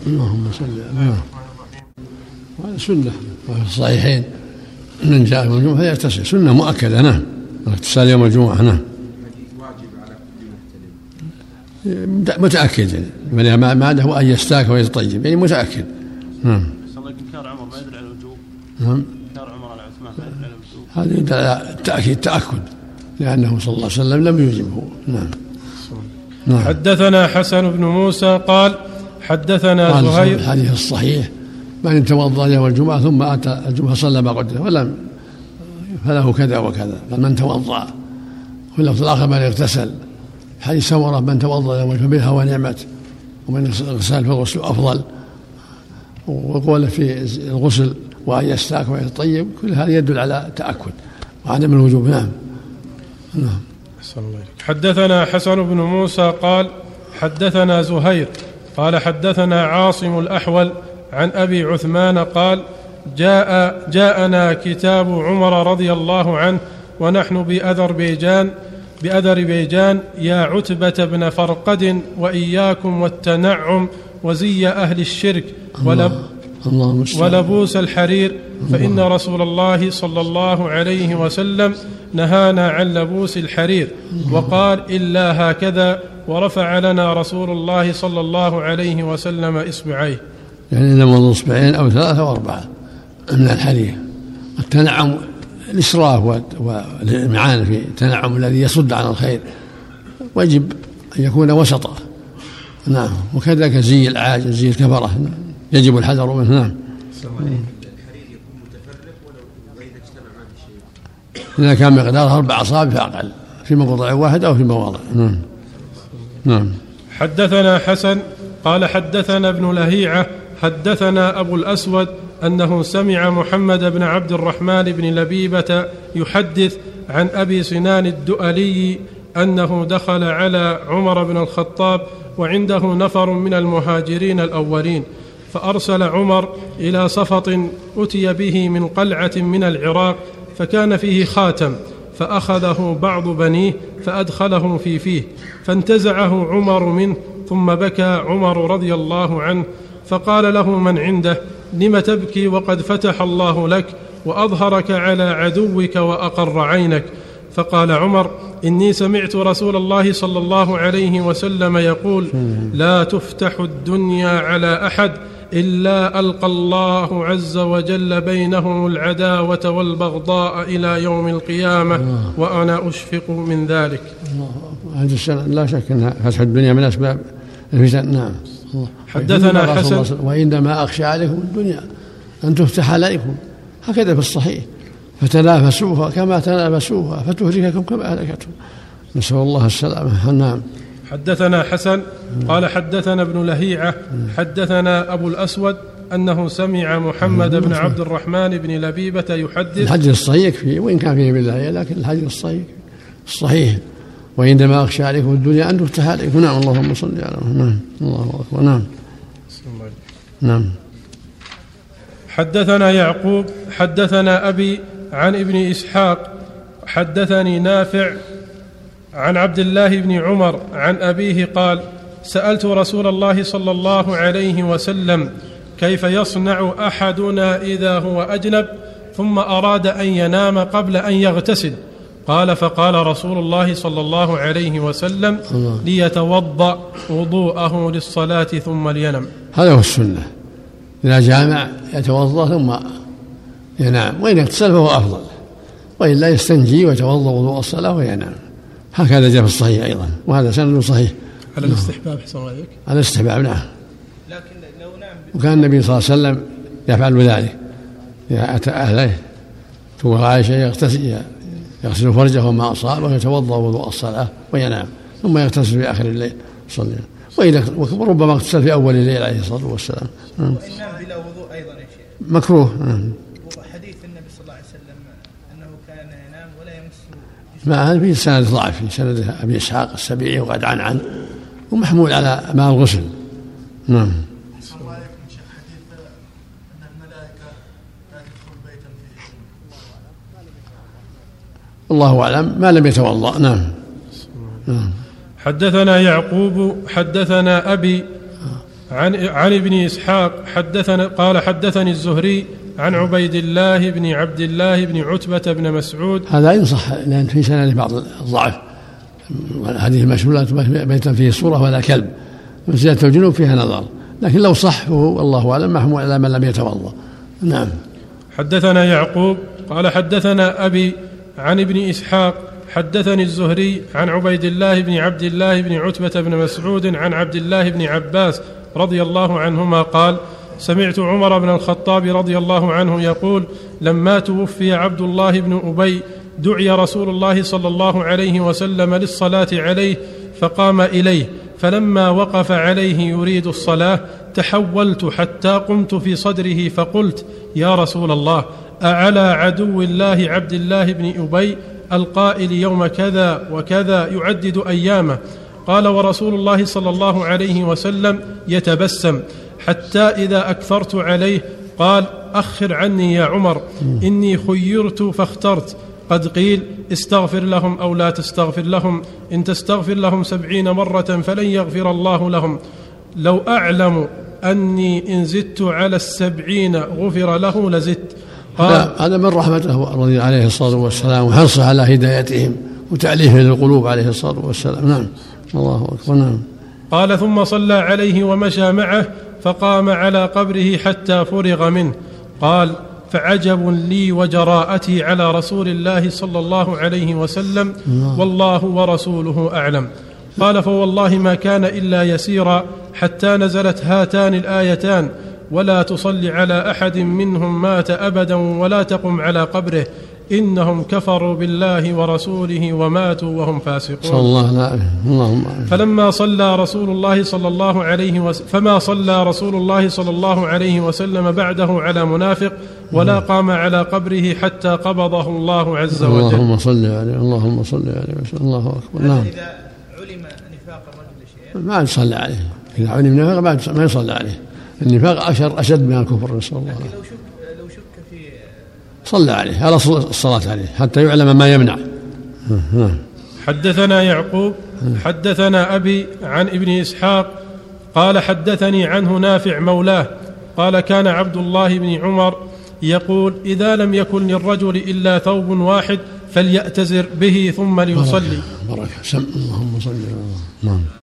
اللهم صل على هذا سنة وفي الصحيحين من جاء يوم الجمعة فليغتسل، سنة مؤكدة. نعم، اغتسال يوم الجمعة. نعم، واجب على كل محتلم متأكد يعني ما عنده أن يستاك ويتطيب، يعني متأكد. نعم. كان عمر ما يدري على الوجوب. نعم. كان عمر على عثمان ما يدري على الوجوب. هذا يدل على التأكد لأنه صلى الله عليه وسلم لم يوجبه. نعم. نعم. حدثنا حسن بن موسى قال حدثنا زهير. الحديث الصحيح من توضأ يوم الجمعة ثم أتى الجمعة صلى ما قدر ولم فله كذا وكذا، من توضأ. واللفظ الآخر من اغتسل، حديث سمرة من توضأ يوم الجمعة فبها ونعمت، ومن اغتسل فالغسل أفضل، وقول في الغسل وأن يستاك ويتطيب، كل هذا يدل على تأكد وعدم الوجوب. نعم. نعم. حدثنا حسن بن موسى قال حدثنا زهير قال حدثنا عاصم الأحول عن أبي عثمان قال جاءنا كتاب عمر رضي الله عنه ونحن بأذربيجان يا عتبة بن فرقد وإياكم والتنعم وزي أهل الشرك ولبوس الحرير، فإن رسول الله صلى الله عليه وسلم نهانا عن لبوس الحرير وقال إلا هكذا، ورفع لنا رسول الله صلى الله عليه وسلم إصبعيه، يعني لما إصبعين أو 3 أو 4 من الحرير. التنعم الإسراف والإمعان في التنعم الذي يصد عن الخير، ويجب أن يكون وسطا. نعم. وكذلك زي العاجز زي الكفرة يجب الحذر منه. نعم. الحرير يكون متفرق وإذا اجتمع ما في شيء، إذا كان مقداره 4 أصابع فأقل في موضع واحد أو في مواضع. نعم. نعم. حدثنا حسن قال حدثنا ابن لهيعة حدثنا أبو الأسود أنه سمع محمد بن عبد الرحمن بن لبيبة يحدث عن أبي سنان الدؤلي أنه دخل على عمر بن الخطاب وعنده نفر من المهاجرين الأولين، فأرسل عمر إلى صفط أتي به من قلعة من العراق، فكان فيه خاتم، فأخذه بعض بنيه فأدخله في فيه، فانتزعه عمر منه، ثم بكى عمر رضي الله عنه، فقال له من عنده لم تبكي وقد فتح الله لك وأظهرك على عدوك وأقر عينك؟ فقال عمر إني سمعت رسول الله صلى الله عليه وسلم يقول لا تفتح الدنيا على أحد إلا ألقى الله عز وجل بينهم العداوة والبغضاء إلى يوم القيامة، وأنا أشفق من ذلك. هذا السنة لا شك أن فتح الدنيا من أسباب الفتن. نعم. حدثنا حسن وإنما أخشى عليكم الدنيا أن تفتح عليكم، هكذا في الصحيح، فتنافسوها كما تنافسوها فتهلككم كما أهلكتهم، نسأل الله السلامة. نعم. حدثنا حسن قال حدثنا ابن لهيعة حدثنا أبو الأسود أنه سمع محمد بن عبد الرحمن بن لبيبة يحدث. الحديث الصحيح فيه وإن كان فيه بالله، لكن الحديث الصحيح وإنما أخشى عليكم الدنيا أن تفتح عليكم. نعم. اللهم صل على محمد. نعم. الله أكبر. نعم. نعم. حدثنا يعقوب حدثنا أبي عن ابن إسحاق حدثني نافع عن عبد الله بن عمر عن أبيه قال سألت رسول الله صلى الله عليه وسلم كيف يصنع أحدنا إذا هو أجنب ثم أراد أن ينام قبل أن يغتسل؟ قال فقال رسول الله صلى الله عليه وسلم ليتوضأ وضوءه للصلاة ثم لينم. هذا هو السنة، إذا جامع يتوضأ ثم ينام، وإن اغتسل فهو أفضل، وإلا يستنجي ويتوضأ وضوء الصلاة وينام، هكذا جاء في الصحيح أيضا، وهذا سند صحيح. على الاستحباب حسن عليك. على الاستحباب. نعم. لكن لو نام وكان النبي صلى الله عليه وسلم يفعل ذلك، أتى أهله ثم عائشة يغسل فرجه وما أصابه ويتوضأ وضوء الصلاة وينام، ثم يغتسل في آخر الليل صلى، وربما اغتسل في أول الليل عليه الصلاة والسلام. وإن نام بلا وضوء أيضا يا شيخ مكروه. وحديث النبي صلى الله عليه وسلم أنه كان ينام ولا يمس، مع هذا فيه سند ضعف في سند أبي إسحاق السبيعي وقد عن ومحمول على ماء الغسل. نعم. الله أعلم، ما لم يتوضأ. نعم. حدثنا يعقوب حدثنا أبي عن ابن إسحاق قال حدثني الزهري عن عبيد الله بن عبد الله بن عتبة بن مسعود. هذا ينصح لأن في سنده بعض الضعف، الحديث المشهور بيتا فيه صورة ولا كلب، زيادة الجنوب فيها نظر، لكن لو صح والله أعلم محمول على من لم يتوضأ. نعم. حدثنا يعقوب قال حدثنا أبي عن ابن إسحاق حدثني الزهري عن عبيد الله بن عبد الله بن عتبة بن مسعود عن عبد الله بن عباس رضي الله عنهما قال: سمعت عمر بن الخطاب رضي الله عنه يقول: لما توفي عبد الله بن أبي دعي رسول الله صلى الله عليه وسلم للصلاة عليه فقام إليه، فلما وقف عليه يريد الصلاة تحولت حتى قمت في صدره فقلت: يا رسول الله، أعلى عدو الله عبد الله بن أبي القائل يوم كذا وكذا يعدد أيامه؟ قال: ورسول الله صلى الله عليه وسلم يتبسم، حتى إذا أكثرت عليه قال: أخر عني يا عمر، إني خيرت فاخترت، قد قيل استغفر لهم أو لا تستغفر لهم، إن تستغفر لهم 70 مرة فلن يغفر الله لهم، لو أعلم أني إن زدت على 70 غفر له لزدت. هذا من رحمته رضي عليه الصلاة والسلام وحرصه على هدايتهم وتأليفه للقلوب عليه الصلاة والسلام. نعم. الله أكبر. نعم. قال: ثم صلى عليه ومشى معه فقام على قبره حتى فرغ منه. قال: فعجب لي وجراءتي على رسول الله صلى الله عليه وسلم، والله ورسوله أعلم. قال: فوالله ما كان إلا يسيرا حتى نزلت هاتان الآيتان: ولا تصل على أحد منهم مات أبدا ولا تقم على قبره، إنهم كفروا بالله ورسوله وماتوا وهم فاسقون. صلى الله عليه اللهم. فما صلى رسول الله صلى الله عليه وسلم بعده على منافق ولا قام على قبره حتى قبضه الله عز وجل. اللهم صل عليه. اللهم صل عليه وسلم. الله أكبر. نعم. إذا علم نفاق الرجل شيئا ما يصلى عليه، إذا علم نفاق ما يصلى عليه، النفاق أشد من الكفر، نسأل الله. لو شك في صلى عليه على الصلاة عليه حتى يعلم ما يمنع. حدثنا يعقوب حدثنا أبي عن ابن إسحاق قال حدثني عنه نافع مولاه قال: كان عبد الله بن عمر يقول: إذا لم يكن للرجل إلا ثوب واحد فليأتزر به ثم ليصلي. بركة. اللهم صل على الله.